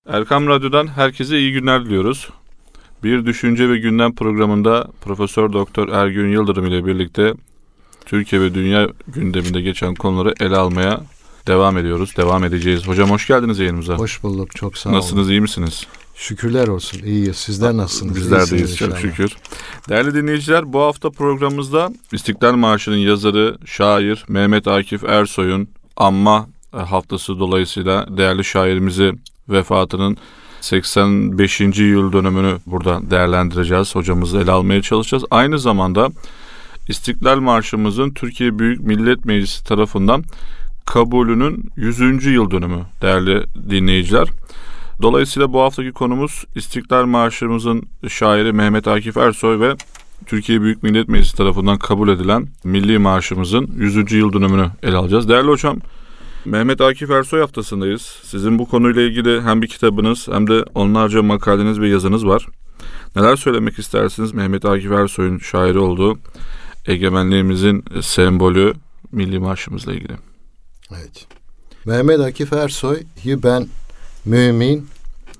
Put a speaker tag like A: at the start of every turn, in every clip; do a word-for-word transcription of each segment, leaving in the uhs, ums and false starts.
A: Erkam Radyo'dan herkese iyi günler diliyoruz. Bir Düşünce ve Gündem programında Profesör Doktor Ergün Yıldırım ile birlikte Türkiye ve dünya gündeminde geçen konuları ele almaya devam ediyoruz. Devam edeceğiz. Hocam hoş geldiniz yayınımıza.
B: Hoş bulduk. Çok sağ olun.
A: Nasılsınız, iyi misiniz?
B: Şükürler olsun. İyiyiz. Sizler nasılsınız?
A: Bizler deyiz çok şükür. Değerli dinleyiciler, bu hafta programımızda İstiklal Marşı'nın yazarı, şair Mehmet Akif Ersoy'un anma haftası dolayısıyla değerli şairimizi vefatının seksen beşinci yıl dönümünü burada değerlendireceğiz. Hocamızla ele almaya çalışacağız. Aynı zamanda İstiklal Marşımızın Türkiye Büyük Millet Meclisi tarafından kabulünün yüzüncü yıl dönümü değerli dinleyiciler. Dolayısıyla bu haftaki konumuz İstiklal Marşımızın şairi Mehmet Akif Ersoy ve Türkiye Büyük Millet Meclisi tarafından kabul edilen Milli Marşımızın yüzüncü yıl dönümünü ele alacağız. Değerli hocam, Mehmet Akif Ersoy haftasındayız. Sizin bu konuyla ilgili hem bir kitabınız hem de onlarca makaleniz ve yazınız var. Neler söylemek istersiniz Mehmet Akif Ersoy'un şairi olduğu egemenliğimizin sembolü Milli Marşımızla ilgili?
B: Evet. Mehmet Akif Ersoy'u ben mümin,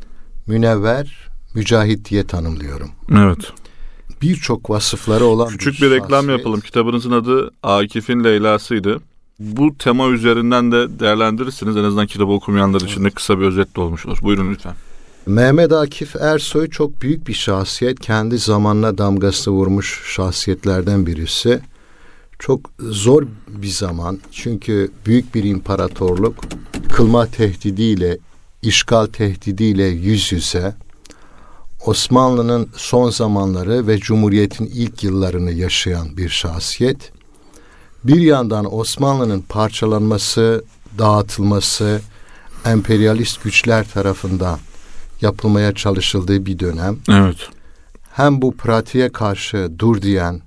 B: münevver, mücahit diye tanımlıyorum.
A: Evet.
B: Birçok vasıfları olan
A: Küçük
B: bir,
A: bir reklam
B: şahsiyet.
A: yapalım. Kitabınızın adı Akif'in Leyla'sıydı. Bu tema üzerinden de değerlendirirsiniz. En azından kitabı okumayanlar için de kısa bir özet de olmuş olur. Buyurun lütfen.
B: Mehmet Akif Ersoy çok büyük bir şahsiyet. Kendi zamanına damgasını vurmuş şahsiyetlerden birisi. Çok zor bir zaman. Çünkü büyük bir imparatorluk kılma tehdidiyle, işgal tehdidiyle yüz yüze. Osmanlı'nın son zamanları ve Cumhuriyet'in ilk yıllarını yaşayan bir şahsiyet. Bir yandan Osmanlı'nın parçalanması, dağıtılması, emperyalist güçler tarafından yapılmaya çalışıldığı bir dönem.
A: Evet.
B: Hem bu pratiğe karşı dur diyen,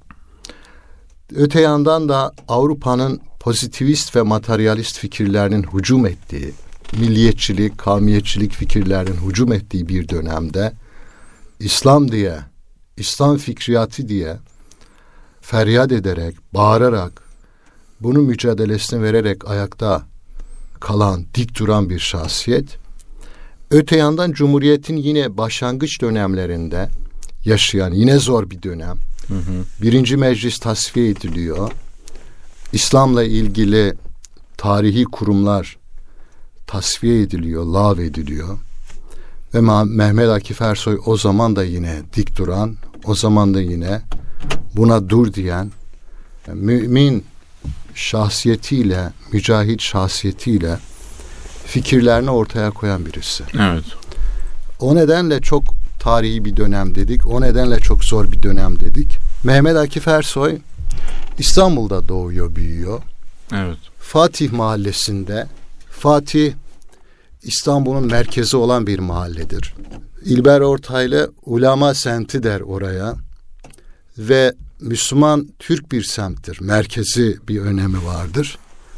B: öte yandan da Avrupa'nın pozitivist ve materyalist fikirlerinin hücum ettiği, milliyetçilik, kavmiyetçilik fikirlerinin hücum ettiği bir dönemde İslam diye, İslam fikriyatı diye feryat ederek, bağırarak, bunun mücadelesini vererek ayakta kalan, dik duran bir şahsiyet. Öte yandan Cumhuriyet'in yine başlangıç dönemlerinde yaşayan, yine zor bir dönem. Hı hı. Birinci meclis tasfiye ediliyor. İslam'la ilgili tarihi kurumlar tasfiye ediliyor, lağv ediliyor. Ve Mehmet Akif Ersoy o zaman da yine dik duran, o zaman da yine buna dur diyen, mümin şahsiyetiyle, mücahit şahsiyetiyle fikirlerini ortaya koyan birisi.
A: Evet.
B: O nedenle çok tarihi bir dönem dedik. O nedenle çok zor bir dönem dedik. Mehmet Akif Ersoy İstanbul'da doğuyor, büyüyor.
A: Evet.
B: Fatih Mahallesi'nde. Fatih İstanbul'un merkezi olan bir mahalledir. İlber Ortaylı ulema semti der oraya. Ve Müslüman Türk bir semttir. Merkezi bir önemi vardır.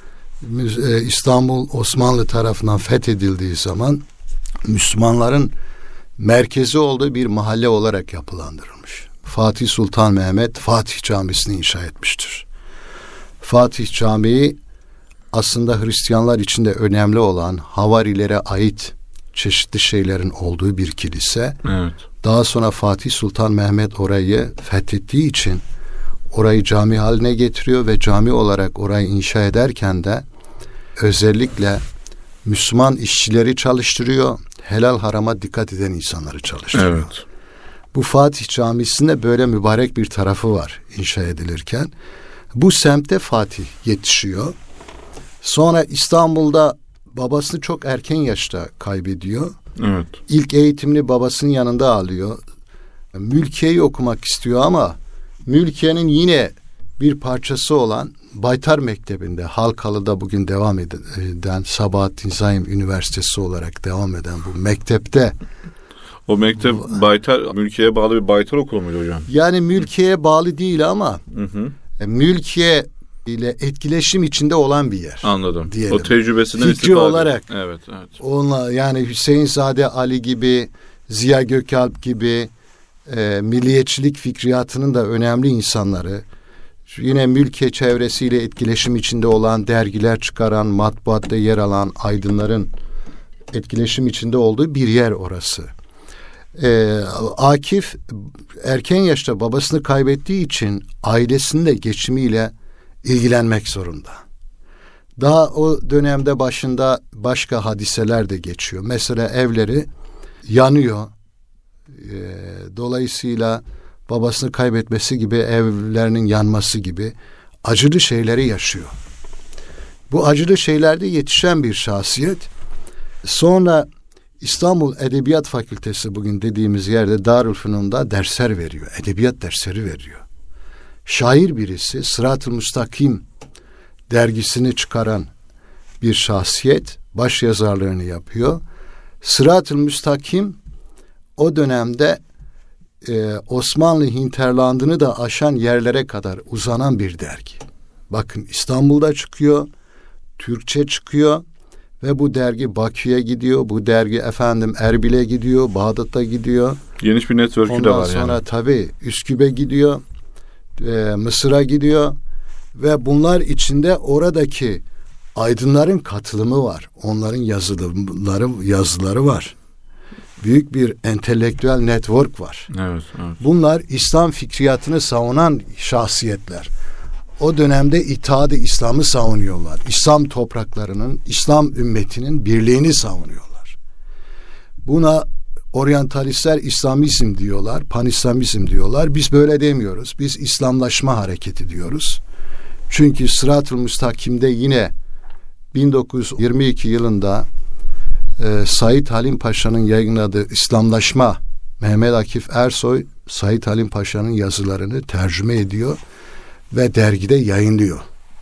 B: İstanbul Osmanlı tarafından fethedildiği zaman Müslümanların merkezi olduğu bir mahalle olarak yapılandırılmış. Fatih Sultan Mehmet Fatih Camisi'ni inşa etmiştir. Fatih Camii aslında Hristiyanlar için de önemli olan havarilere ait çeşitli şeylerin olduğu bir kilise.
A: Evet.
B: Daha sonra Fatih Sultan Mehmet orayı fethettiği için orayı cami haline getiriyor ve cami olarak orayı inşa ederken de özellikle Müslüman işçileri çalıştırıyor, helal harama dikkat eden insanları çalıştırıyor.
A: Evet.
B: Bu Fatih Camisi'nde böyle mübarek bir tarafı var inşa edilirken. Bu semtte Fatih yetişiyor. Sonra İstanbul'da babasını çok erken yaşta kaybediyor.
A: Evet.
B: İlk eğitimini babasının yanında alıyor. Mülkiye'yi okumak istiyor ama Mülkiye'nin yine bir parçası olan Baytar Mektebi'nde, Halkalı'da bugün devam eden Sabahattin Zaim Üniversitesi olarak devam eden bu mektepte.
A: O mektep Baytar, Mülkiye'ye bağlı bir Baytar okulu muydu hocam?
B: Yani Mülkiye'ye bağlı değil ama
A: hı hı.
B: Mülkiye ile etkileşim içinde olan bir yer.
A: Anladım.
B: Diyelim.
A: O tecrübesinden
B: fikri
A: istifade.
B: olarak.
A: Evet, evet.
B: Onunla yani Hüseyinzade Ali gibi, Ziya Gökalp gibi e, milliyetçilik fikriyatının da önemli insanları, yine Mülkiye çevresiyle etkileşim içinde olan, dergiler çıkaran, matbaatta yer alan aydınların etkileşim içinde olduğu bir yer orası. Ee, Akif erken yaşta babasını kaybettiği için ailesinin de geçimiyle ilgilenmek zorunda. Daha o dönemde başında başka hadiseler de geçiyor. Mesela evleri yanıyor. Ee, dolayısıyla babasını kaybetmesi gibi, evlerinin yanması gibi acılı şeyleri yaşıyor. Bu acılı şeylerde yetişen bir şahsiyet. Sonra İstanbul Edebiyat Fakültesi, bugün dediğimiz yerde Darülfünun'da dersler veriyor. Edebiyat dersleri veriyor. Şair birisi, Sırat-ı Müstakim dergisini çıkaran bir şahsiyet baş yazarlığını yapıyor. Sırat-ı Müstakim o dönemde e, Osmanlı hinterlandını da aşan yerlere kadar uzanan bir dergi. Bakın, İstanbul'da çıkıyor, Türkçe çıkıyor ve bu dergi Bakü'ye gidiyor, bu dergi efendim Erbil'e gidiyor, Bağdat'a gidiyor.
A: Geniş bir network'ü
B: Ondan
A: de var
B: sonra
A: yani.
B: tabii Üsküp'e gidiyor, e, Mısır'a gidiyor ve bunlar içinde oradaki aydınların katılımı var. Onların yazıları, yazıları var. Büyük bir entelektüel network var.
A: Evet, evet.
B: Bunlar İslam fikriyatını savunan şahsiyetler. O dönemde İttihat-ı İslam'ı savunuyorlar. İslam topraklarının, İslam ümmetinin birliğini savunuyorlar. Buna oryantalistler İslamizm diyorlar, panislamizm diyorlar. Biz böyle demiyoruz. Biz İslamlaşma hareketi diyoruz. Çünkü Sırat-ı Müstakim'de yine bin dokuz yüz yirmi iki yılında e, Said Halim Paşa'nın yayınladığı İslamlaşma, Mehmet Akif Ersoy Said Halim Paşa'nın yazılarını tercüme ediyor ve dergide yayınlıyor.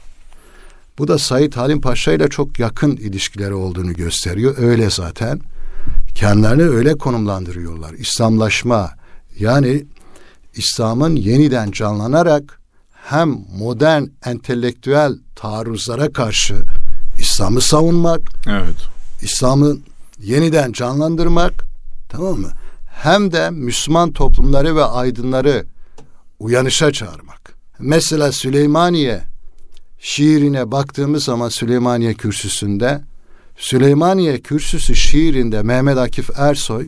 B: Bu da Said Halim Paşa ile çok yakın ilişkileri olduğunu gösteriyor. Öyle zaten. Kendilerini öyle konumlandırıyorlar. İslamlaşma, yani İslam'ın yeniden canlanarak hem modern entelektüel taarruzlara karşı İslam'ı savunmak,
A: evet,
B: İslam'ı yeniden canlandırmak, tamam mı? Hem de Müslüman toplumları ve aydınları uyanışa çağırmak. Mesela Süleymaniye şiirine baktığımız zaman, Süleymaniye Kürsüsü'nde, Süleymaniye Kürsüsü şiirinde Mehmet Akif Ersoy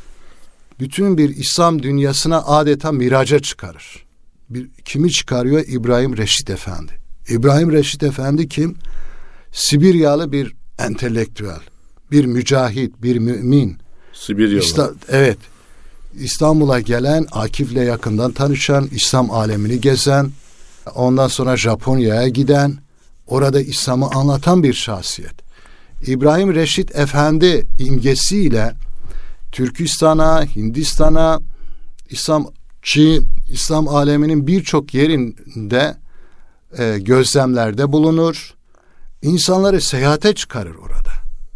B: bütün bir İslam dünyasına adeta miraca çıkarır. Bir, kimi çıkarıyor? İbrahim Reşit Efendi. İbrahim Reşit Efendi kim? Sibiryalı bir entelektüel, bir mücahit, bir mümin.
A: Sibiryalı.
B: İsta, evet. İstanbul'a gelen, Akif'le yakından tanışan, İslam alemini gezen, ondan sonra Japonya'ya giden, orada İslam'ı anlatan bir şahsiyet. İbrahim Reşit Efendi imgesiyle Türkistan'a, Hindistan'a, İslam, Çin, İslam aleminin birçok yerinde e, gözlemlerde bulunur. İnsanları seyahate çıkarır orada.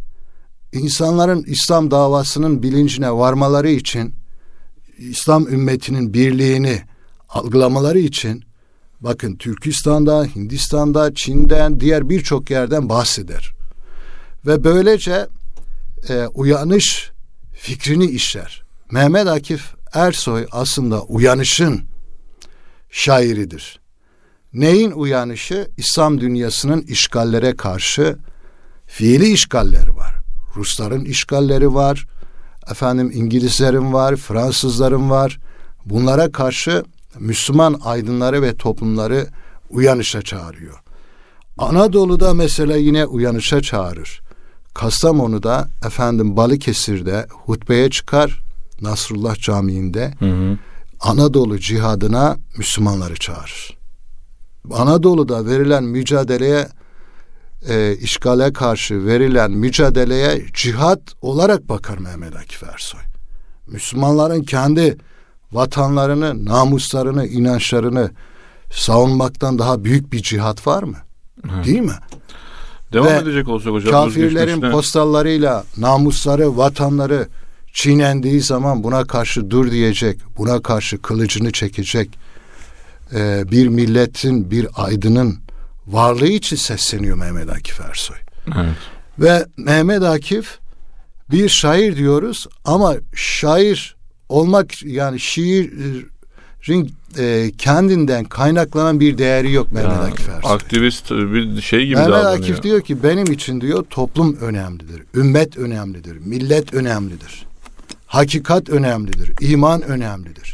B: İnsanların İslam davasının bilincine varmaları için, İslam ümmetinin birliğini algılamaları için, bakın Türkistan'da, Hindistan'da, Çin'den, diğer birçok yerden bahseder. Ve böylece e, uyanış fikrini işler. Mehmet Akif Ersoy aslında uyanışın şairidir. Neyin uyanışı? İslam dünyasının işgallere karşı fiili işgalleri var. Rusların işgalleri var. Efendim İngilizlerin var, Fransızların var. Bunlara karşı Müslüman aydınları ve toplumları uyanışa çağırıyor. Anadolu'da mesela yine uyanışa çağırır. Kastamonu'da, efendim Balıkesir'de hutbeye çıkar, Nasrullah Camii'nde. Hı hı. Anadolu cihadına Müslümanları çağırır. Anadolu'da verilen mücadeleye, e, işgale karşı verilen mücadeleye cihat olarak bakar Mehmet Akif Ersoy. Müslümanların kendi vatanlarını, namuslarını, inançlarını savunmaktan daha büyük bir cihat var mı? Hı. Değil mi?
A: Devam
B: Ve
A: edecek olsak hocam.
B: Kafirlerin postallarıyla namusları, vatanları çiğnendiği zaman buna karşı dur diyecek, buna karşı kılıcını çekecek e, bir milletin, bir aydının varlığı için sesleniyor Mehmet Akif Ersoy.
A: Evet.
B: Ve Mehmet Akif bir şair diyoruz ama şair olmak, yani şiir e, kendinden kaynaklanan bir değeri yok Mehmet
A: Ya,
B: Akif Ersoy.
A: Aktivist bir şey gibi
B: Mehmet
A: davranıyor.
B: Akif diyor ki benim için diyor toplum önemlidir, ümmet önemlidir, millet önemlidir, hakikat önemlidir, iman önemlidir.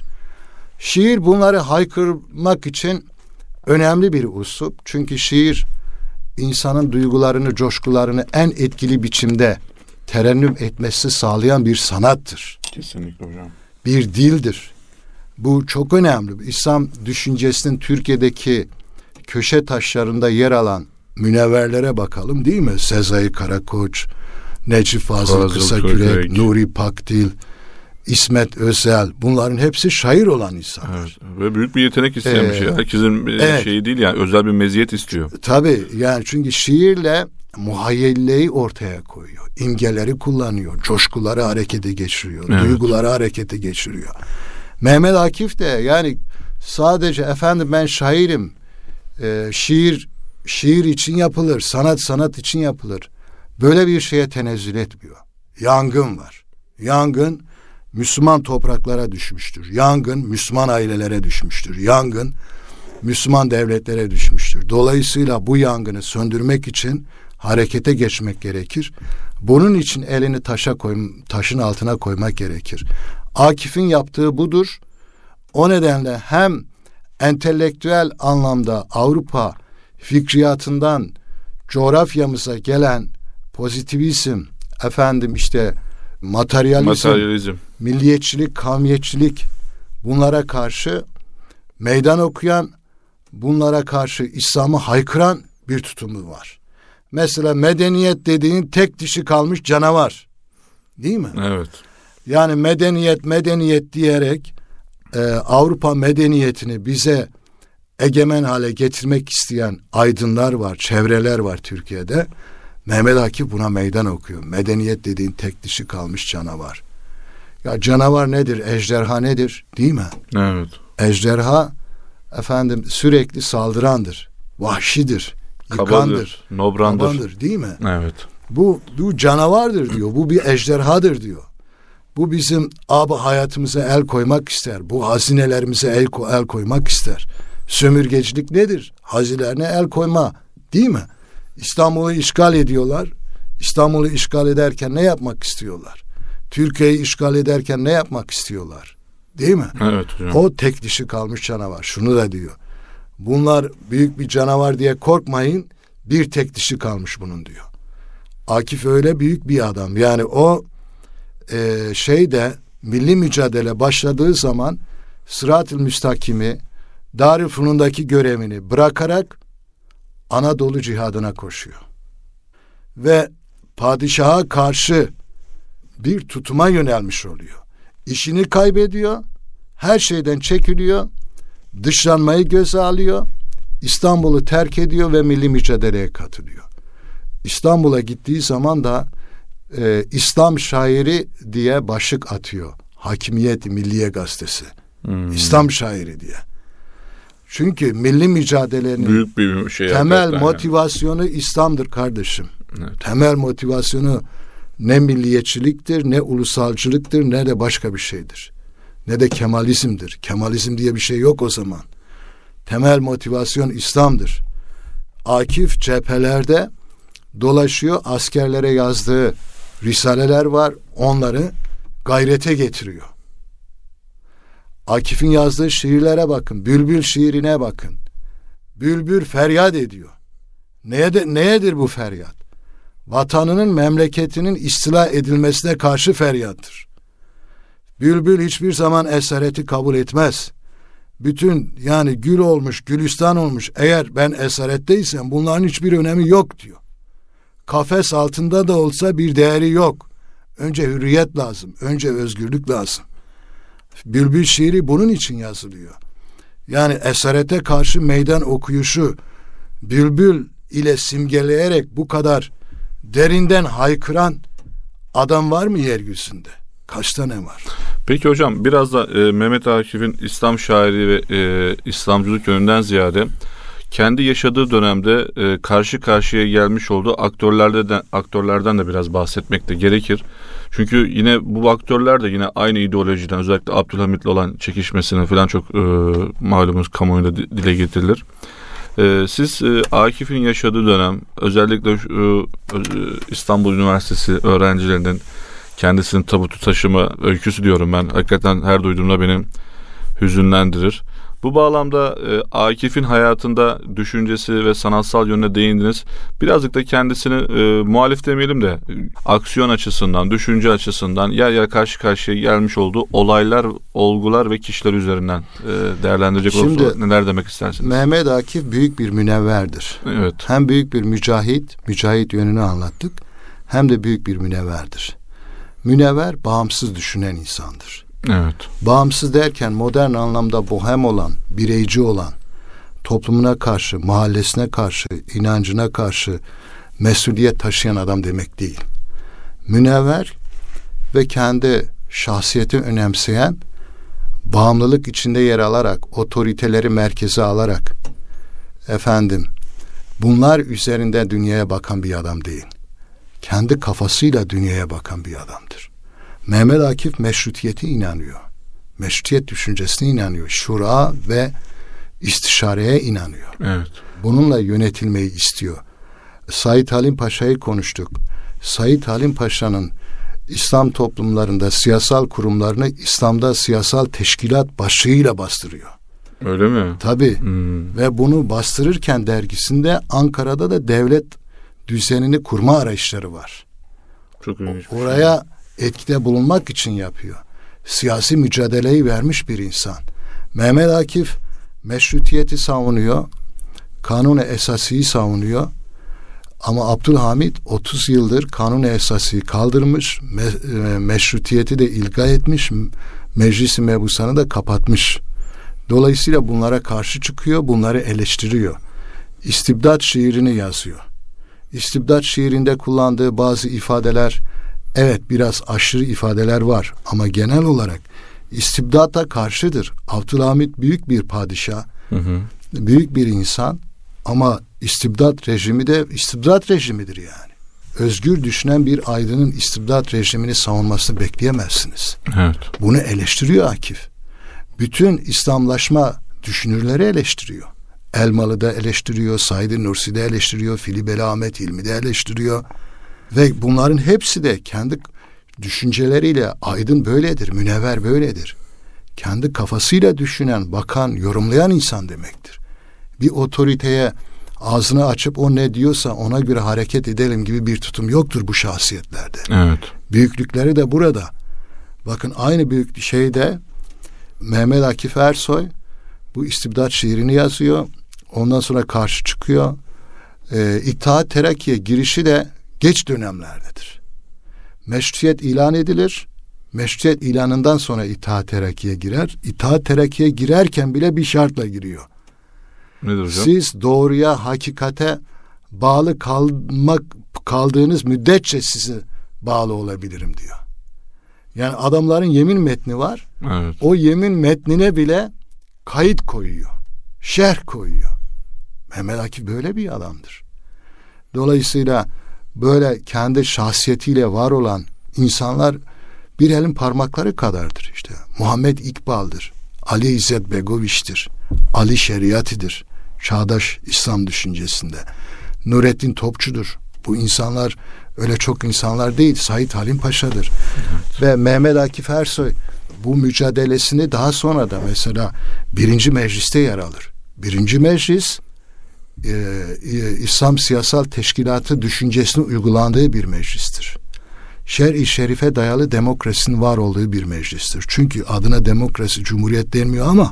B: Şiir bunları haykırmak için önemli bir usup. Çünkü şiir insanın duygularını, coşkularını en etkili biçimde terennüm etmesi sağlayan bir sanattır.
A: Kesinlikle hocam.
B: Bir dildir. Bu çok önemli. İslam düşüncesinin Türkiye'deki köşe taşlarında yer alan münevverlere bakalım değil mi? Sezai Karakoç, Necip Fazıl
A: Fazıl
B: Kısakürek,
A: Kırkürek,
B: Nuri Pakdil, İsmet Özel, bunların hepsi şair olan insanlar.
A: Evet. Ve büyük bir yetenek isteyen
B: Ee,
A: bir şey. Herkesin
B: evet.
A: şeyi değil yani, özel bir meziyet istiyor.
B: Tabii yani çünkü şiirle muhayyelleyi ortaya koyuyor. İmgeleri kullanıyor. Coşkuları harekete geçiriyor.
A: Evet.
B: Duyguları harekete geçiriyor. Mehmet Akif de yani sadece efendim ben şairim, e, şiir şiir için yapılır, sanat sanat için yapılır. Böyle bir şeye tenezzül etmiyor. Yangın var. Yangın Müslüman topraklara düşmüştür. Yangın Müslüman ailelere düşmüştür. Yangın Müslüman devletlere düşmüştür. Dolayısıyla bu yangını söndürmek için harekete geçmek gerekir. Bunun için elini taşa koy, taşın altına koymak gerekir. Akif'in yaptığı budur. O nedenle hem entelektüel anlamda Avrupa fikriyatından coğrafyamıza gelen pozitivizm, efendim işte materyalizm,
A: Materyalizm,
B: milliyetçilik, kavmiyetçilik bunlara karşı meydan okuyan, bunlara karşı İslam'ı haykıran bir tutumu var. Mesela medeniyet dediğin tek dişi kalmış canavar. Değil mi?
A: evet.
B: Yani medeniyet medeniyet diyerek e, Avrupa medeniyetini bize egemen hale getirmek isteyen aydınlar var, çevreler var Türkiye'de. Mehmet Akif buna meydan okuyor. Medeniyet dediğin tek dişi kalmış canavar. Ya canavar nedir? Ejderha nedir? Değil mi?
A: Evet.
B: Ejderha efendim sürekli saldırandır. Vahşidir. Yıkandır.
A: Kabadır, nobrandır.
B: Kabandır, değil mi?
A: Evet.
B: Bu, bu canavardır diyor. Bu bir ejderhadır diyor. Bu bizim ab hayatımıza el koymak ister. Bu hazinelerimize el, el koymak ister. Sömürgecilik nedir? Hazinelerine el koyma. Değil mi? İstanbul'u işgal ediyorlar. İstanbul'u işgal ederken ne yapmak istiyorlar? Türkiye'yi işgal ederken ne yapmak istiyorlar? Değil mi?
A: Evet hocam.
B: O tek dişi kalmış canavar. Şunu da diyor. Bunlar büyük bir canavar diye korkmayın. Bir tek dişi kalmış bunun diyor. Akif öyle büyük bir adam. Yani o e, şeyde milli mücadele başladığı zaman Sırat-ı Müstakim'i, Darülfünun'daki görevini bırakarak Anadolu cihadına koşuyor. Ve padişaha karşı bir tutuma yönelmiş oluyor. İşini kaybediyor, her şeyden çekiliyor, dışlanmayı göze alıyor, İstanbul'u terk ediyor ve milli mücadeleye katılıyor. İstanbul'a gittiği zaman da e, İslam şairi diye başlık atıyor. Hakimiyet Milliye Gazetesi. Hmm. İslam şairi diye. Çünkü milli mücadelenin
A: büyük bir şey,
B: temel motivasyonu yani. İslam'dır kardeşim. Evet. Temel motivasyonu ne milliyetçiliktir, ne ulusalcılıktır, ne de başka bir şeydir. Ne de Kemalizmdir. Kemalizm diye bir şey yok o zaman. Temel motivasyon İslam'dır. Akif cephelerde dolaşıyor, askerlere yazdığı risaleler var, onları gayrete getiriyor. Akif'in yazdığı şiirlere bakın, Bülbül şiirine bakın. Bülbül feryat ediyor. Neye de, neyedir bu feryat? Vatanının, memleketinin istila edilmesine karşı feryattır. Bülbül hiçbir zaman esareti kabul etmez. Bütün yani gül olmuş, gülistan olmuş, eğer ben esaretteysem bunların hiçbir önemi yok diyor. Kafes altında da olsa bir değeri yok. Önce hürriyet lazım, önce özgürlük lazım. Bülbül şiiri bunun için yazılıyor. Yani esarete karşı meydan okuyuşu bülbül ile simgeleyerek bu kadar derinden haykıran adam var mı yeryüzünde? Kaç tane var?
A: Peki hocam biraz da e, Mehmet Akif'in İslam şairi ve e, İslamcılık yönünden ziyade kendi yaşadığı dönemde e, karşı karşıya gelmiş olduğu aktörlerden, aktörlerden de biraz bahsetmek de gerekir. Çünkü yine bu aktörler de yine aynı ideolojiden, özellikle Abdülhamit'le olan çekişmesini falan çok e, malumunuz kamuoyunda dile getirilir. E, siz e, Akif'in yaşadığı dönem, özellikle e, İstanbul Üniversitesi öğrencilerinin kendisinin tabutu taşıma öyküsü diyorum ben. Hakikaten her duyduğumda beni hüzünlendirir. Bu bağlamda e, Akif'in hayatında düşüncesi ve sanatsal yönüne değindiniz. Birazcık da kendisini e, muhalif demeyelim de aksiyon açısından, düşünce açısından yer yer karşı karşıya gelmiş olduğu olaylar, olgular ve kişiler üzerinden e, değerlendirecek olursa neler demek istersiniz?
B: Mehmet Akif büyük bir münevverdir.
A: Evet.
B: Hem büyük bir mücahit, mücahit yönünü anlattık, hem de büyük bir münevverdir. Münevver bağımsız düşünen insandır.
A: Evet.
B: Bağımsız derken modern anlamda bohem olan, bireyci olan, toplumuna karşı, mahallesine karşı, inancına karşı mesuliyet taşıyan adam demek değil. Münevver ve kendi şahsiyeti önemseyen, bağımlılık içinde yer alarak, otoriteleri merkeze alarak, efendim, bunlar üzerinde dünyaya bakan bir adam değil. Kendi kafasıyla dünyaya bakan bir adamdır. Mehmet Akif meşrutiyete inanıyor. Meşrutiyet düşüncesine inanıyor. Şura ve istişareye inanıyor.
A: Evet.
B: Bununla yönetilmeyi istiyor. Said Halim Paşa'yı konuştuk. Said Halim Paşa'nın İslam toplumlarında siyasal kurumlarını İslam'da siyasal teşkilat başlığıyla bastırıyor.
A: Öyle mi?
B: Tabii.
A: Hmm.
B: Ve bunu bastırırken dergisinde Ankara'da da devlet düzenini kurma arayışları var.
A: Çok ilginç.
B: Oraya etkide bulunmak için yapıyor. Siyasi mücadeleyi vermiş bir insan. Mehmet Akif meşrutiyeti savunuyor. Kanun-u Esasi'yi savunuyor. Ama Abdülhamit otuz yıldır Kanun-u Esasi'yi kaldırmış. Me- meşrutiyeti de ilga etmiş. Meclis-i Mebusan'ı da kapatmış. Dolayısıyla bunlara karşı çıkıyor. Bunları eleştiriyor. İstibdat şiirini yazıyor. İstibdat şiirinde kullandığı bazı ifadeler, evet biraz aşırı ifadeler var ama genel olarak istibdata karşıdır. Abdülhamit büyük bir padişah, hı hı. büyük bir insan ama istibdat rejimi de istibdat rejimidir yani. Özgür düşünen bir aydının istibdat rejimini savunmasını bekleyemezsiniz.
A: Evet.
B: Bunu eleştiriyor Akif. Bütün İslamlaşma düşünürleri eleştiriyor. Elmalı'da eleştiriyor, Said Nursi'de eleştiriyor, Filibeli Ahmet Hilmi'de eleştiriyor. Ve bunların hepsi de kendi düşünceleriyle aydın böyledir, münevver böyledir. Kendi kafasıyla düşünen, bakan, yorumlayan insan demektir. Bir otoriteye ağzını açıp o ne diyorsa ona göre hareket edelim gibi bir tutum yoktur bu şahsiyetlerde.
A: Evet.
B: Büyüklükleri de burada. Bakın aynı büyük şeyde Mehmet Akif Ersoy bu istibdat şiirini yazıyor. Ondan sonra karşı çıkıyor. Ee, İttihat Terakki'ye girişi de geç dönemlerdedir. Meşrutiyet ilan edilir. Meşrutiyet ilanından sonra İttihat Terakki'ye girer. İttihat Terakki'ye girerken bile bir şartla giriyor.
A: Nedir hocam?
B: Siz doğruya, hakikate bağlı kalmak kaldığınız müddetçe size bağlı olabilirim diyor. Yani adamların yemin metni var.
A: Evet.
B: O yemin metnine bile kayıt koyuyor. Şerh koyuyor. Mehmet Akif böyle bir adamdır. Dolayısıyla böyle kendi şahsiyetiyle var olan insanlar bir elin parmakları kadardır işte. Muhammed İkbal'dır. Ali İzzet Begoviç'tir. Ali Şeriati'dir. Çağdaş İslam düşüncesinde. Nurettin Topçu'dur. Bu insanlar öyle çok insanlar değil. Said Halim Paşa'dır. Evet. Ve Mehmet Akif Ersoy bu mücadelesini daha sonra da mesela birinci mecliste yer alır. Birinci meclis e, e, İslam Siyasal Teşkilatı düşüncesini uygulandığı bir meclistir. Şer-i şerife dayalı demokrasinin var olduğu bir meclistir. Çünkü adına demokrasi, cumhuriyet denmiyor ama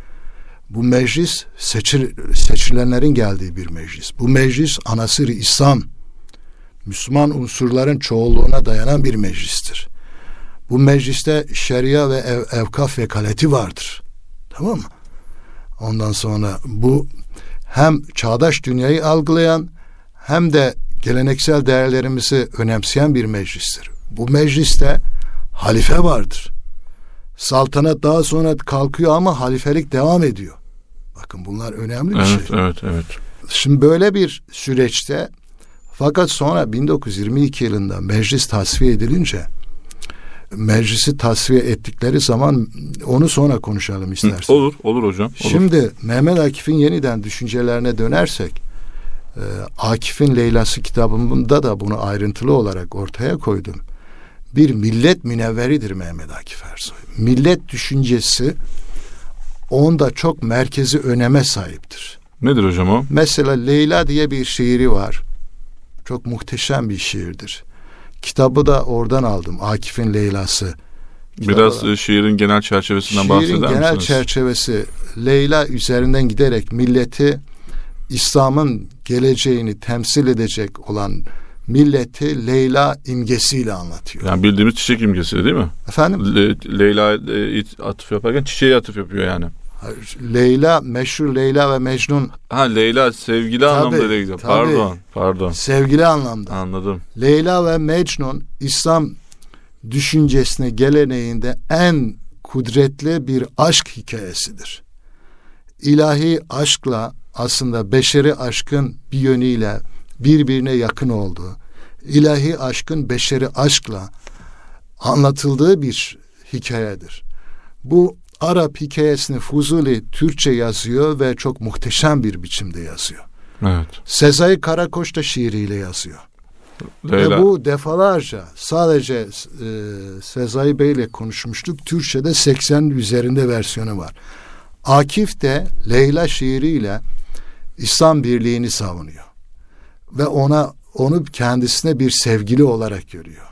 B: bu meclis seçil, seçilenlerin geldiği bir meclis. Bu meclis anasır-ı İslam, Müslüman unsurların çoğulluğuna dayanan bir meclistir. Bu mecliste şeria ve ev, evkaf vekaleti vardır. Tamam mı? Ondan sonra bu hem çağdaş dünyayı algılayan hem de geleneksel değerlerimizi önemseyen bir meclistir. Bu mecliste halife vardır. Saltanat daha sonra kalkıyor ama halifelik devam ediyor. Bakın bunlar önemli bir
A: evet,
B: şey.
A: Evet, evet.
B: Şimdi böyle bir süreçte fakat sonra bin dokuz yüz yirmi iki yılında meclis tasfiye edilince meclisi tasfiye ettikleri zaman onu sonra konuşalım istersen.
A: Olur, olur hocam. Olur.
B: Şimdi Mehmet Akif'in yeniden düşüncelerine dönersek, e, Akif'in Leyla'sı kitabımda da bunu ayrıntılı olarak ortaya koydum. Bir millet münevveridir Mehmet Akif Ersoy. Millet düşüncesi onda çok merkezi öneme sahiptir.
A: Nedir hocam o?
B: Mesela Leyla diye bir şiiri var. Çok muhteşem bir şiirdir. Kitabı da oradan aldım. Akif'in Leyla'sı.
A: Biraz da, şiirin genel çerçevesinden
B: şiirin
A: bahseder misiniz?
B: Şiirin genel çerçevesi Leyla üzerinden giderek milleti, İslam'ın geleceğini temsil edecek olan milleti Leyla imgesiyle anlatıyor.
A: Yani bildiğimiz çiçek imgesi değil mi?
B: Efendim?
A: Le, Leyla e, atıf yaparken çiçeğe atıf yapıyor yani.
B: Leyla, meşhur Leyla ve Mecnun.
A: Ha, Leyla sevgili tabii, anlamda Leyla. Pardon, pardon.
B: Sevgili anlamda.
A: Anladım.
B: Leyla ve Mecnun İslam düşüncesine, geleneğinde en kudretli bir aşk hikayesidir. İlahi aşkla aslında beşeri aşkın bir yönüyle birbirine yakın olduğu, ilahi aşkın beşeri aşkla anlatıldığı bir hikayedir. Bu Arap hikayesini Fuzuli Türkçe yazıyor ve çok muhteşem bir biçimde yazıyor.
A: Evet.
B: Sezai Karakoç da şiiriyle yazıyor.
A: Leyla.
B: Ve bu defalarca sadece e, Sezai Bey ile konuşmuştuk. Türkçe'de seksenin üzerinde versiyonu var. Akif de Leyla şiiriyle İslam birliğini savunuyor. Ve ona onu kendisine bir sevgili olarak görüyor.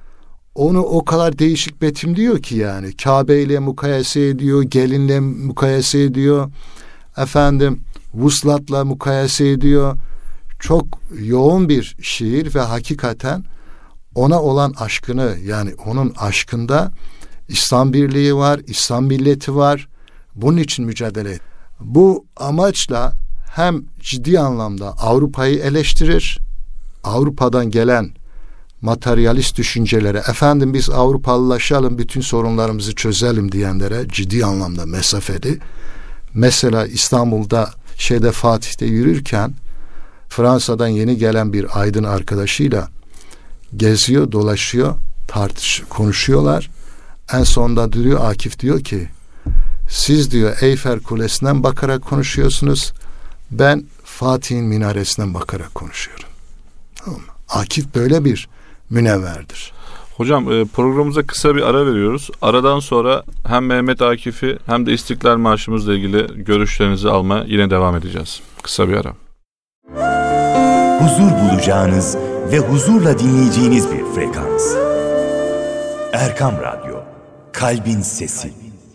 B: Onu o kadar değişik betimliyor ki yani. Kabe ile mukayese ediyor, gelinle mukayese ediyor. Efendim, vuslatla mukayese ediyor. Çok yoğun bir şiir ve hakikaten ona olan aşkını, yani onun aşkında İslam birliği var, İslam milleti var. Bunun için mücadele et. Bu amaçla hem ciddi anlamda Avrupa'yı eleştirir, Avrupa'dan gelen materyalist düşüncelere, efendim biz Avrupalılaşalım, bütün sorunlarımızı çözelim diyenlere ciddi anlamda mesafeli. Mesela İstanbul'da şeyde Fatih'te yürürken Fransa'dan yeni gelen bir aydın arkadaşıyla geziyor, dolaşıyor, tartış, konuşuyorlar. En sonunda duruyor, Akif diyor ki, siz diyor Eyfel Kulesi'nden bakarak konuşuyorsunuz, ben Fatih'in minaresinden bakarak konuşuyorum. Tamam mı? Akif böyle bir münevverdir.
A: Hocam programımıza kısa bir ara veriyoruz. Aradan sonra hem Mehmet Akif'i hem de İstiklal Marşımızla ilgili görüşlerinizi almaya yine devam edeceğiz. Kısa bir ara.
C: Huzur bulacağınız ve huzurla dinleyeceğiniz bir frekans. Erkam Radyo, Kalbin Sesi.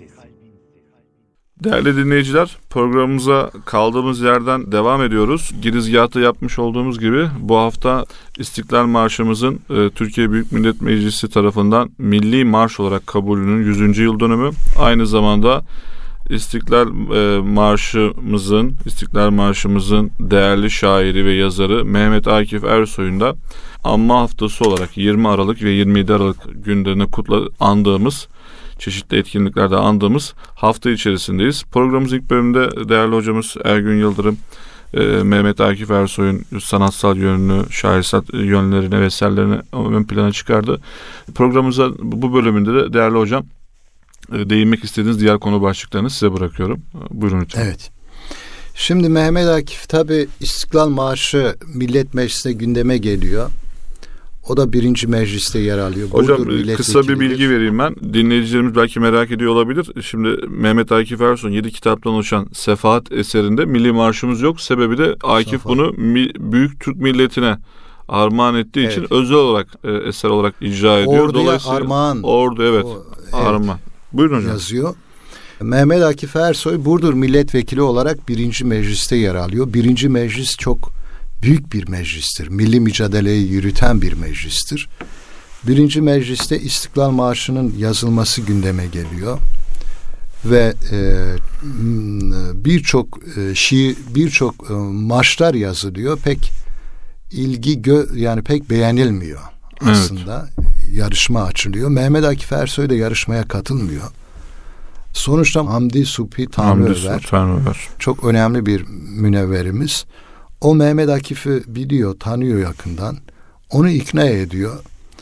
A: Değerli dinleyiciler, programımıza kaldığımız yerden devam ediyoruz. Girizgahta yapmış olduğumuz gibi bu hafta İstiklal Marşımızın e, Türkiye Büyük Millet Meclisi tarafından milli marş olarak kabulünün yüzüncü yıl dönümü. Aynı zamanda İstiklal e, Marşımızın, İstiklal Marşımızın değerli şairi ve yazarı Mehmet Akif Ersoy'un da anma haftası olarak yirmi Aralık ve yirmi yedi Aralık günlerini kutla andığımız, çeşitli etkinliklerde andığımız hafta içerisindeyiz. Programımızın ilk bölümünde değerli hocamız Ergün Yıldırım, e, Mehmet Akif Ersoy'un sanatsal yönünü, şairsel yönlerini ve eserlerini ön plana çıkardı. Programımıza bu bölümünde de değerli hocam e, değinmek istediğiniz diğer konu başlıklarını size bırakıyorum. Buyurun lütfen.
B: Evet. Şimdi Mehmet Akif tabi İstiklal Marşı Millet Meclisi'ne gündeme geliyor. O da birinci mecliste yer alıyor.
A: Hocam kısa bir bilgi vereyim ben. Dinleyicilerimiz belki merak ediyor olabilir. Şimdi Mehmet Akif Ersoy yedi kitaptan oluşan Sefahat eserinde milli marşımız yok. Sebebi de Akif Sefahat. bunu mi, büyük Türk milletine armağan ettiği evet. için özel olarak e, eser olarak icra ediyor.
B: Orduya Dolayısıyla, armağan.
A: Ordu evet. O, evet. Armağan. Buyurun hocam.
B: Yazıyor. Mehmet Akif Ersoy Burdur milletvekili olarak birinci mecliste yer alıyor. Birinci meclis çok büyük bir meclistir. Milli mücadeleyi yürüten bir meclistir. Birinci mecliste İstiklal Marşı'nın yazılması gündeme geliyor. Ve e, birçok e, şiir, birçok e, marşlar yazılıyor. Pek ilgi gö yani pek beğenilmiyor aslında. Evet. Yarışma açılıyor. Mehmet Akif Ersoy da yarışmaya katılmıyor. Sonuçta Hamdi Subhi Tanrıöver çok önemli bir münevverimiz. O Mehmet Akif'i biliyor, tanıyor yakından. Onu ikna ediyor.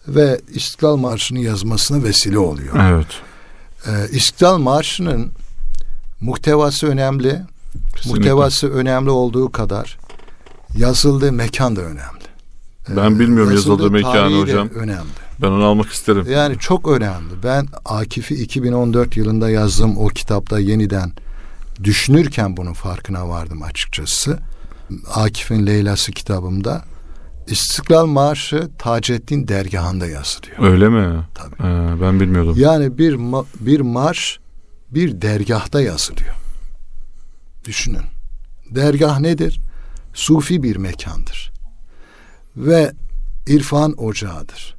B: ve İstiklal Marşı'nı yazmasına vesile oluyor.
A: Evet.
B: Ee, İstiklal Marşı'nın muhtevası önemli.
A: Kesinlikle.
B: Muhtevası önemli olduğu kadar yazıldığı mekan da önemli.
A: Ben bilmiyorum
B: Ee,
A: yazıldığı mekanı
B: tarihi de
A: hocam.
B: önemli.
A: Ben onu almak isterim.
B: Yani çok önemli. Ben Akif'i iki bin on dört yılında yazdığım o kitapta yeniden düşünürken bunun farkına vardım açıkçası. Akif'in Leyla'sı kitabımda İstiklal Marşı Taceddin dergahında yazılıyor.
A: Öyle mi?
B: Tabii.
A: Ee, ben bilmiyordum.
B: Yani bir ma- bir marş bir dergahta yazılıyor. Düşünün. Dergah nedir? Sufi bir mekandır. Ve irfan ocağıdır.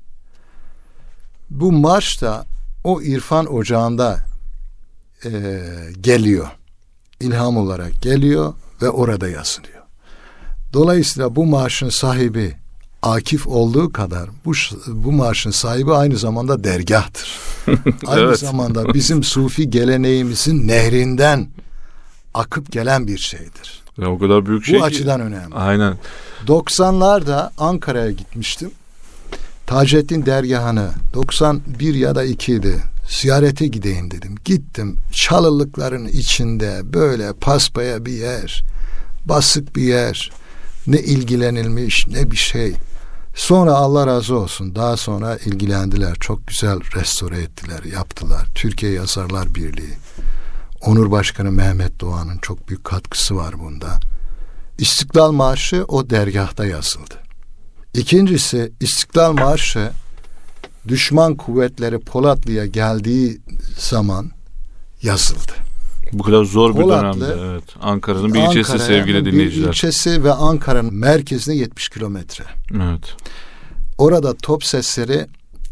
B: Bu marş da o irfan ocağında e, geliyor. İlham olarak geliyor ve orada yazılıyor. Dolayısıyla bu marşın sahibi Akif olduğu kadar bu bu marşın sahibi aynı zamanda dergahtır. Aynı
A: Evet.
B: zamanda bizim sufi geleneğimizin nehrinden akıp gelen bir şeydir.
A: Ya o kadar büyük
B: Bu
A: şey ki.
B: açıdan önemli.
A: Aynen.
B: doksanlarda Ankara'ya gitmiştim. Taceddin dergahını doksan bir ya da ikiydi. Ziyarete gideyim dedim. Gittim. Çalılıkların içinde böyle paspaya bir yer, basık bir yer. Ne ilgilenilmiş ne bir şey. Sonra Allah razı olsun. Daha sonra ilgilendiler. Çok güzel restore ettiler, yaptılar. Türkiye Yazarlar Birliği. Onur Başkanı Mehmet Doğan'ın çok büyük katkısı var bunda. İstiklal Marşı o dergahta yazıldı. İkincisi İstiklal Marşı düşman kuvvetleri Polatlı'ya geldiği zaman yazıldı.
A: Bu kadar zor bir
B: Polatlı,
A: dönemde. Evet. Ankara'nın bir ilçesi
B: Ankara'nın
A: sevgili dinleyiciler.
B: Bir ilçesi ve Ankara'nın merkezine yetmiş kilometre.
A: Evet.
B: Orada top sesleri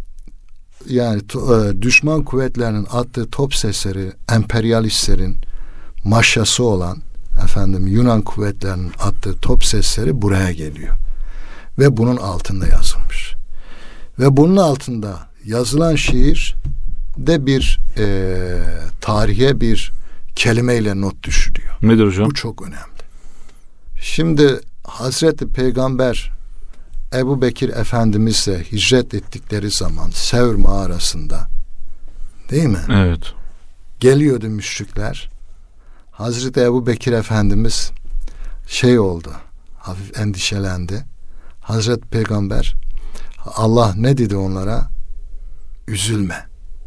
B: yani to, düşman kuvvetlerinin attığı top sesleri emperyalistlerin maşası olan efendim Yunan kuvvetlerinin attığı top sesleri buraya geliyor. Ve bunun altında yazılmış. Ve bunun altında yazılan şiir de bir e, tarihe bir kelimeyle not düşürüyor.
A: Nedir hocam?
B: Bu çok önemli. Şimdi Hazreti Peygamber Ebu Bekir Efendimiz'le hicret ettikleri zaman Sevr mağarasında değil mi?
A: Evet.
B: Geliyordu müşrikler. Hazreti Ebu Bekir Efendimiz şey oldu. Hafif endişelendi. Hazreti Peygamber Allah ne dedi onlara? Üzülme.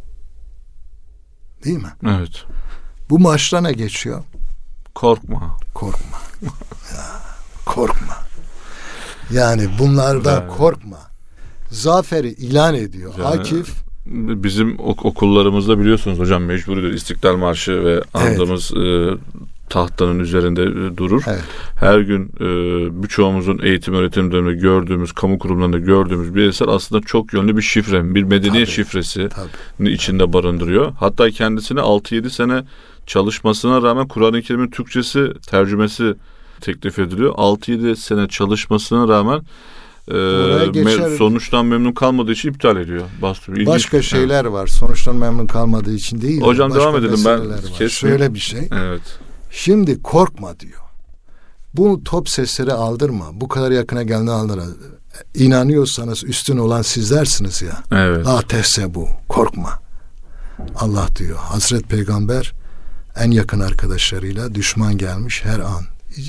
B: Değil mi?
A: Evet.
B: Bu maçta ne geçiyor?
A: Korkma.
B: Korkma. Ya, korkma. Yani bunlardan
A: Evet.
B: korkma. Zaferi ilan ediyor.
A: Yani
B: Akif
A: bizim ok- okullarımızda biliyorsunuz hocam mecburidir. İstiklal Marşı ve andımız e, tahtanın üzerinde e, durur.
B: Evet.
A: Her gün e, birçoğumuzun eğitim öğretim döneminde gördüğümüz, kamu kurumlarında gördüğümüz bir eser aslında çok yönlü bir şifre, bir medeniyet
B: Tabii,
A: şifresi
B: tabii.
A: içinde barındırıyor. Hatta kendisine altı yedi sene çalışmasına rağmen Kur'an-ı Kerim'in Türkçesi tercümesi teklif ediliyor. altı yedi sene çalışmasına rağmen e, me- sonuçtan memnun kalmadığı için iptal ediyor. Bastırıyor. İlginç.
B: Başka şeyler var. Sonuçtan memnun kalmadığı için değil.
A: Hocam
B: Başka
A: devam edelim. Ben
B: meseleler var.
A: kesmeyeyim.
B: Şöyle bir şey.
A: Evet.
B: Şimdi korkma diyor. Bu top sesleri aldırma. Bu kadar yakına geldiğini aldırma. İnanıyorsanız üstün olan sizlersiniz ya.
A: Evet.
B: La tehsebu. Korkma. Allah diyor. Hazreti Peygamber en yakın arkadaşlarıyla düşman gelmiş her an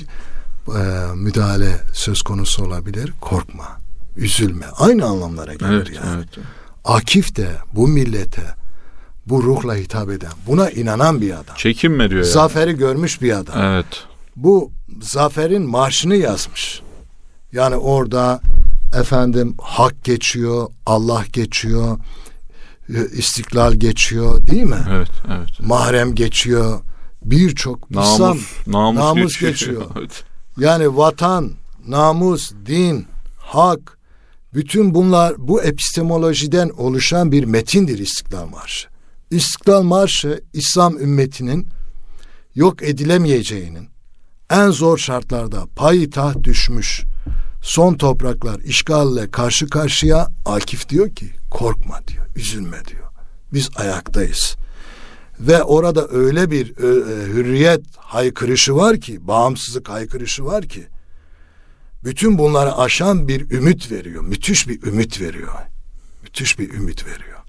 B: e, müdahale söz konusu olabilir. Korkma. Üzülme. Aynı anlamlara gelir
A: Evet,
B: yani.
A: evet.
B: Akif de bu millete bu ruhla hitap eden, buna inanan bir adam.
A: Çekinme diyor yani.
B: Zaferi görmüş bir adam.
A: Evet.
B: Bu zaferin marşını yazmış. Yani orada efendim hak geçiyor, Allah geçiyor, istiklal geçiyor, değil mi?
A: Evet, evet.
B: Mahrem geçiyor. Birçok
A: Namus,
B: İslam
A: namus,
B: namus
A: geçiyor.
B: geçiyor.
A: Evet.
B: Yani vatan, namus, din, hak, bütün bunlar bu epistemolojiden oluşan bir metindir İstiklal Marşı. İstiklal Marşı İslam ümmetinin yok edilemeyeceğinin en zor şartlarda payitaht düşmüş son topraklar işgalle karşı karşıya. Akif diyor ki korkma diyor, üzülme diyor. Biz ayaktayız. Ve orada öyle bir e, hürriyet haykırışı var ki, bağımsızlık haykırışı var ki, bütün bunları aşan bir ümit veriyor. Müthiş bir ümit veriyor. Müthiş bir ümit veriyor.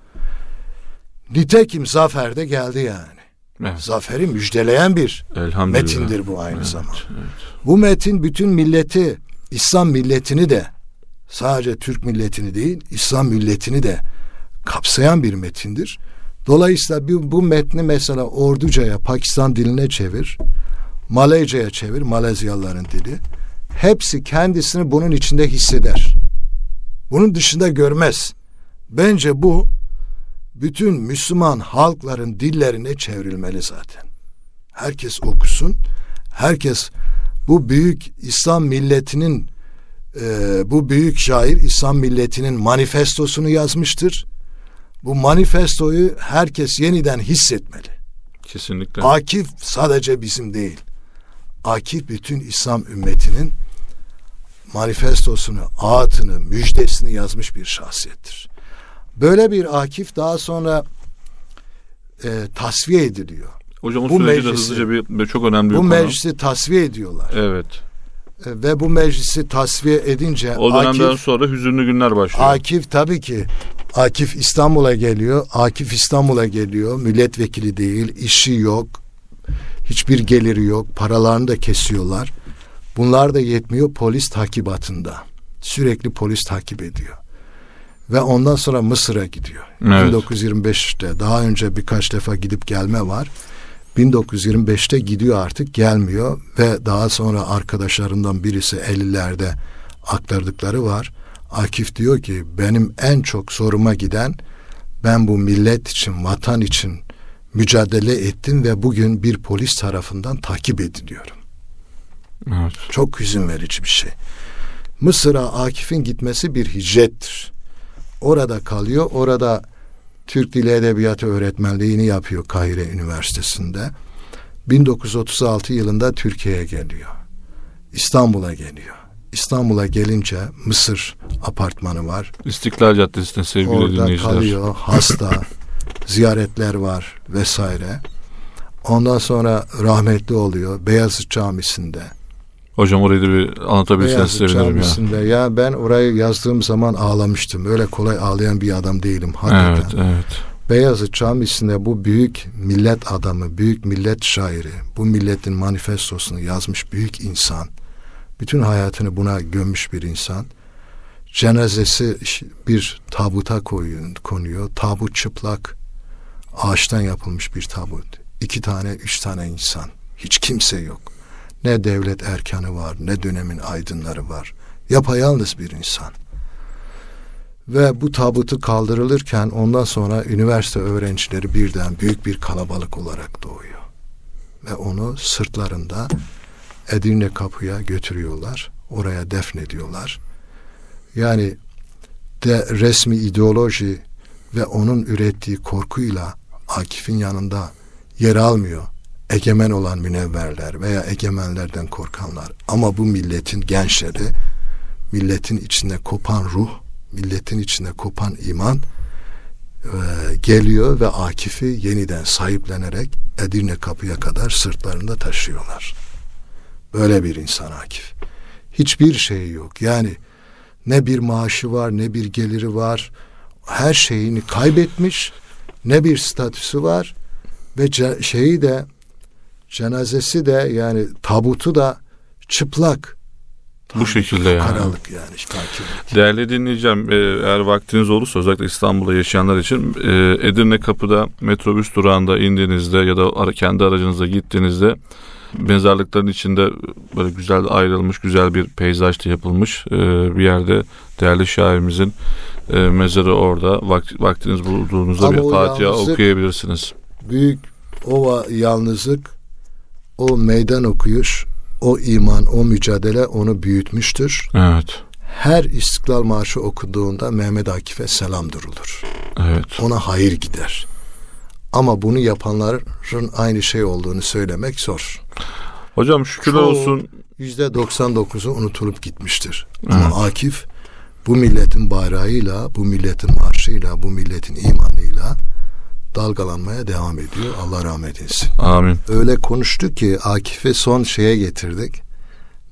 B: Nitekim zafer de geldi yani. Evet. Zaferi müjdeleyen bir metindir bu aynı evet, zamanda. Evet. Bu metin bütün milleti, İslam milletini de, sadece Türk milletini değil, İslam milletini de kapsayan bir metindir. Dolayısıyla bu, bu metni mesela Orduca'ya, Pakistan diline çevir, Malezca'ya çevir, Malezyalıların dili. Hepsi kendisini bunun içinde hisseder. Bunun dışında görmez. Bence bu bütün Müslüman halkların dillerine çevrilmeli zaten. Herkes okusun. Herkes bu büyük İslam milletinin e, bu büyük şair İslam milletinin manifestosunu yazmıştır. Bu manifestoyu herkes yeniden hissetmeli.
A: Kesinlikle.
B: Akif sadece bizim değil. Akif bütün İslam ümmetinin manifestosunu, ağıtını, müjdesini yazmış bir şahsiyettir. Böyle bir Akif daha sonra e, tasfiye ediliyor.
A: Hocam o bu süreci de hızlıca bir, bir çok önemli bir
B: bu
A: konu.
B: Bu meclisi tasfiye ediyorlar.
A: Evet.
B: E, ve bu meclisi tasfiye edince
A: o dönemden
B: Akif,
A: sonra hüzünlü günler başlıyor.
B: Akif tabii ki Akif İstanbul'a geliyor. Akif İstanbul'a geliyor. Milletvekili değil, işi yok. Hiçbir geliri yok. Paralarını da kesiyorlar. Bunlar da yetmiyor, polis takibatında. Sürekli polis takip ediyor. Ve ondan sonra Mısır'a gidiyor. Evet. bin dokuz yüz yirmi beşte daha önce birkaç defa gidip gelme var. bin dokuz yüz yirmi beşte gidiyor artık, gelmiyor ve daha sonra arkadaşlarından birisi ellilerde aktardıkları var. Akif diyor ki benim en çok zoruma giden, ben bu millet için, vatan için mücadele ettim ve bugün bir polis tarafından takip ediliyorum.
A: Evet.
B: Çok hüzün verici bir şey. Mısır'a Akif'in gitmesi bir hicrettir. Orada kalıyor. Orada Türk Dili Edebiyatı öğretmenliğini yapıyor Kahire Üniversitesi'nde. bin dokuz yüz otuz altı yılında Türkiye'ye geliyor. İstanbul'a geliyor. İstanbul'a gelince Mısır apartmanı var.
A: İstiklal Caddesi'nde sevgili
B: orada
A: dinleyiciler.
B: Orada kalıyor. Hasta, ziyaretler var vesaire. Ondan sonra rahmetli oluyor Beyazıt Camisi'nde.
A: Hocam orayı da bir anlatabilirseniz sevinirim
B: Camisi'nde. ya. Ya ben orayı yazdığım zaman ağlamıştım. Öyle kolay ağlayan bir adam değilim hakikaten.
A: Evet, evet.
B: Beyazıt Camisi'nde bu büyük millet adamı, büyük millet şairi, bu milletin manifestosunu yazmış büyük insan, bütün hayatını buna gömmüş bir insan. Cenazesi bir tabuta koyuyor, konuyor. Tabut çıplak, ağaçtan yapılmış bir tabut. İki tane, üç tane insan. Hiç kimse yok. Ne devlet erkanı var, ne dönemin aydınları var. Yapayalnız bir insan. Ve bu tabutu kaldırılırken ondan sonra üniversite öğrencileri birden büyük bir kalabalık olarak doğuyor. Ve onu sırtlarında Edirne Kapı'ya götürüyorlar. Oraya defnediyorlar. Yani de resmi ideoloji ve onun ürettiği korkuyla Akif'in yanında yer almıyor. Egemen olan münevverler veya egemenlerden korkanlar. Ama bu milletin gençleri, milletin içinde kopan ruh, milletin içinde kopan iman e, geliyor ve Akif'i yeniden sahiplenerek Edirne Kapı'ya kadar sırtlarında taşıyorlar. Böyle bir insan Akif. Hiçbir şeyi yok. Yani ne bir maaşı var, ne bir geliri var. Her şeyini kaybetmiş, ne bir statüsü var ve ce- şeyi de cenazesi de yani tabutu da çıplak.
A: Bu şekilde yani.
B: Karalık yani. Takip.
A: Değerli dinleyeceğim, eğer vaktiniz olursa özellikle İstanbul'da yaşayanlar için Edirne Kapı'da metrobüs durağında indiğinizde ya da kendi aracınızda gittiğinizde mezarlıkların içinde böyle güzel ayrılmış, güzel bir peyzajda yapılmış bir yerde değerli şairimizin mezarı orada. Vaktiniz bulduğunuzda ama bir Fatiha okuyabilirsiniz.
B: Büyük o yalnızlık, o meydan okuyuş, o iman, o mücadele onu büyütmüştür.
A: Evet.
B: Her İstiklal Marşı okuduğunda Mehmet Akif'e selam durulur.
A: Evet.
B: Ona hayır gider. Ama bunu yapanların aynı şey olduğunu söylemek zor.
A: Hocam şükürler
B: Çoğu,
A: olsun.
B: yüzde doksan dokuzu unutulup gitmiştir. Evet. Ama Akif bu milletin bayrağıyla, bu milletin marşıyla, bu milletin imanıyla dalgalanmaya devam ediyor. Allah rahmet etsin.
A: Amin.
B: Öyle konuştu ki Akif'i son şeye getirdik.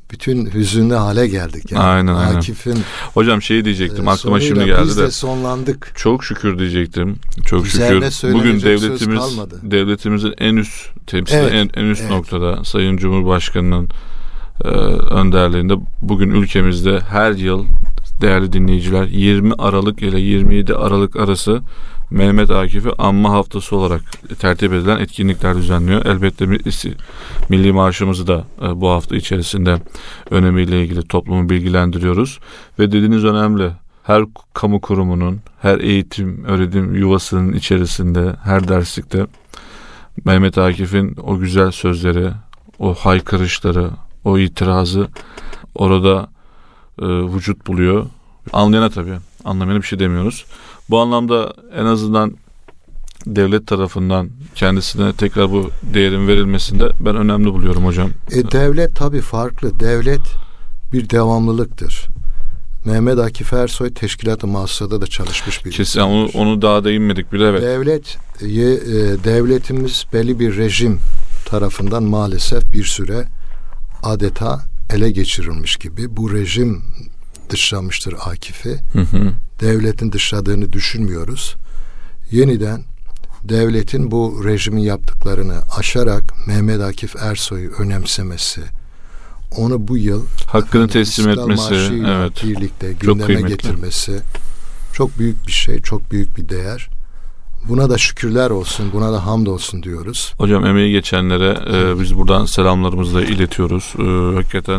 B: bütün hüzünlü hale geldik. Yani.
A: Aynen aynen.
B: Akif'in
A: hocam şeyi diyecektim,
B: e,
A: aklıma şimdi geldi
B: biz
A: de.
B: de sonlandık.
A: Çok şükür diyecektim. Çok
B: Üzerine
A: şükür. Bugün devletimiz devletimizin en üst temsili,
B: evet,
A: en, en üst
B: evet.
A: noktada Sayın Cumhurbaşkanı'nın e, önderliğinde bugün ülkemizde her yıl değerli dinleyiciler yirmi Aralık ile yirmi yedi Aralık arası Mehmet Akif'i anma haftası olarak tertip edilen etkinlikler düzenliyor. Elbette milli marşımızı da e, bu hafta içerisinde önemiyle ilgili toplumu bilgilendiriyoruz. Ve dediğiniz önemli. Her kamu kurumunun, her eğitim, öğretim yuvasının içerisinde, her derslikte Mehmet Akif'in o güzel sözleri, o haykırışları, o itirazı orada e, vücut buluyor. Anlayana tabii, anlamayana bir şey demiyoruz. Bu anlamda en azından devlet tarafından kendisine tekrar bu değerin verilmesinde ben önemli buluyorum hocam.
B: E, devlet tabii farklı. Devlet bir devamlılıktır. Mehmet Akif Ersoy Teşkilat-ı Mahsusa'da da çalışmış bir
A: Kesin, onu, onu daha değinmedik bile, evet.
B: Devlet, e, devletimiz belli bir rejim tarafından maalesef bir süre adeta ele geçirilmiş gibi. Bu rejim dışlamıştır Akif'i.
A: Hı hı.
B: Devletin dışladığını düşünmüyoruz. Yeniden devletin bu rejimin yaptıklarını aşarak Mehmet Akif Ersoy'u önemsemesi, onu bu yıl
A: hakkını teslim etmesi, evet,
B: birlikte gündeme getirmesi çok büyük bir şey, çok büyük bir değer. Buna da şükürler olsun, buna da hamd olsun diyoruz.
A: Hocam emeği geçenlere e, biz buradan selamlarımızı da iletiyoruz. E, hakikaten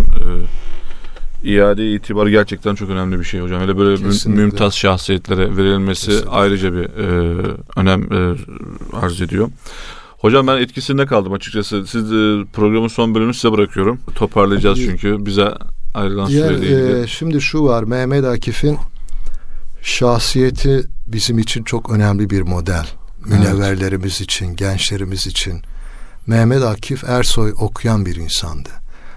A: e, iade itibarı gerçekten çok önemli bir şey hocam. Hele böyle mü, mümtaz şahsiyetlere verilmesi kesinlikle ayrıca bir e, önem e, arz ediyor. Hocam ben etkisinde kaldım açıkçası. Siz e, programın son bölümünü size bırakıyorum. Toparlayacağız çünkü bize ayrılan süreyle ilgili.
B: E, şimdi şu var, Mehmet Akif'in şahsiyeti bizim için çok önemli bir model. Münevverlerimiz evet. için, gençlerimiz için. Mehmet Akif Ersoy okuyan bir insandı.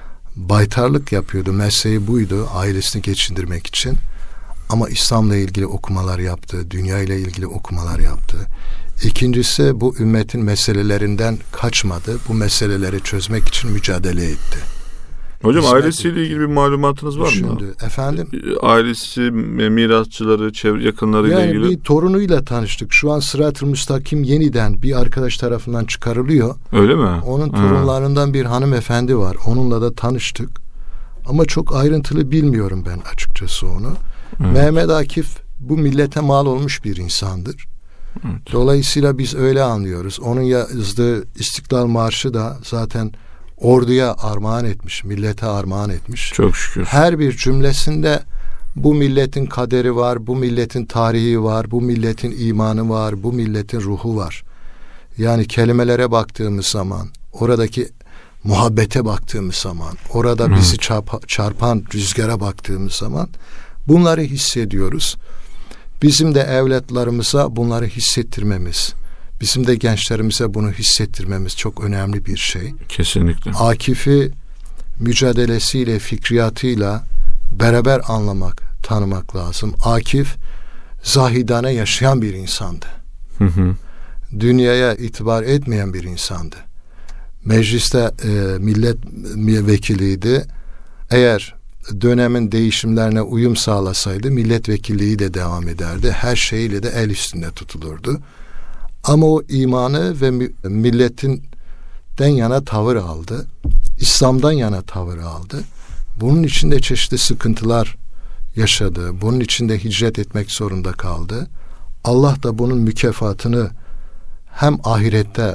B: Baytarlık yapıyordu, mesleği buydu, ailesini geçindirmek için. Ama İslam'la ilgili okumalar yaptı, dünya ile ilgili okumalar yaptı. İkincisi, bu ümmetin meselelerinden kaçmadı. Bu meseleleri çözmek için mücadele etti.
A: Hocam
B: Hizmet
A: ailesiyle ilgili bir malumatınız var
B: düşündü.
A: mı?
B: Efendim?
A: Ailesi, mirasçıları, çevre yakınlarıyla
B: yani
A: ilgili.
B: Bir torunuyla tanıştık. Şu an Sırat-ı Müstakim yeniden bir arkadaş tarafından çıkarılıyor.
A: Öyle mi?
B: Onun torunlarından ha. bir hanımefendi var. Onunla da tanıştık. Ama çok ayrıntılı bilmiyorum ben açıkçası onu. Evet. Mehmet Akif bu millete mal olmuş bir insandır. Evet. Dolayısıyla biz öyle anlıyoruz. Onun yazdığı İstiklal Marşı da zaten orduya armağan etmiş, millete armağan etmiş.
A: Çok şükür.
B: Her bir cümlesinde bu milletin kaderi var, bu milletin tarihi var, bu milletin imanı var, bu milletin ruhu var. Yani kelimelere baktığımız zaman, oradaki muhabbete baktığımız zaman, orada hmm. bizi çarp- çarpan rüzgara baktığımız zaman bunları hissediyoruz. Bizim de evlatlarımıza bunları hissettirmemiz, bizim de gençlerimize bunu hissettirmemiz çok önemli bir şey.
A: Kesinlikle.
B: Akif'i mücadelesiyle, fikriyatıyla beraber anlamak, tanımak lazım. Akif zahidane yaşayan bir insandı.
A: Hı hı.
B: Dünyaya itibar etmeyen bir insandı. Mecliste e, millet vekiliydi. Eğer dönemin değişimlerine uyum sağlasaydı milletvekilliği de devam ederdi. Her şeyiyle de el üstünde tutulurdu. Ama o imanı ve milletinden yana tavır aldı. İslam'dan yana tavır aldı. Bunun içinde çeşitli sıkıntılar yaşadı. Bunun içinde hicret etmek zorunda kaldı. Allah da bunun mükafatını hem ahirette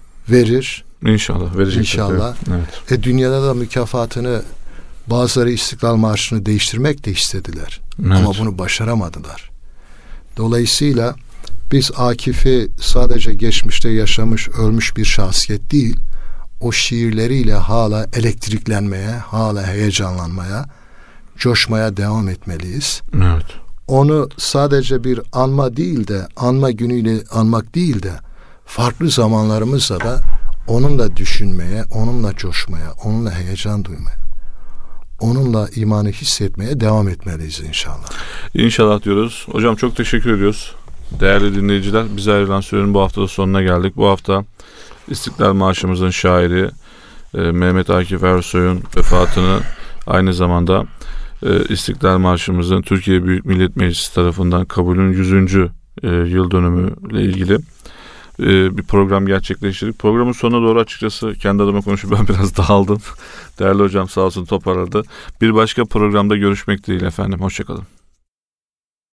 B: verir.
A: İnşallah verecek.
B: İnşallah.
A: Evet.
B: E, dünyada da mükafatını, bazıları İstiklal Marşı'nı değiştirmek de istediler. Evet. Ama bunu başaramadılar. Dolayısıyla biz Akif'i sadece geçmişte yaşamış, ölmüş bir şahsiyet değil, o şiirleriyle hala elektriklenmeye, hala heyecanlanmaya, coşmaya devam etmeliyiz.
A: Evet.
B: Onu sadece bir anma değil de, anma günüyle anmak değil de, farklı zamanlarımızda da onunla düşünmeye, onunla coşmaya, onunla heyecan duymaya, onunla imanı hissetmeye devam etmeliyiz inşallah.
A: İnşallah diyoruz. Hocam çok teşekkür ediyoruz. Değerli dinleyiciler, bize ayrılan sürenin bu haftada sonuna geldik. Bu hafta İstiklal Marşımızın şairi e, Mehmet Akif Ersoy'un vefatını Aynı zamanda e, İstiklal Marşımızın Türkiye Büyük Millet Meclisi tarafından kabulün yüzüncü E, yıl dönümüyle ilgili e, bir program gerçekleştirdik. Programın sonuna doğru açıkçası kendi adıma konuşup ben biraz dağıldım. Değerli hocam sağ olsun toparladı. Bir başka programda görüşmek dileğiyle efendim. Hoşçakalın.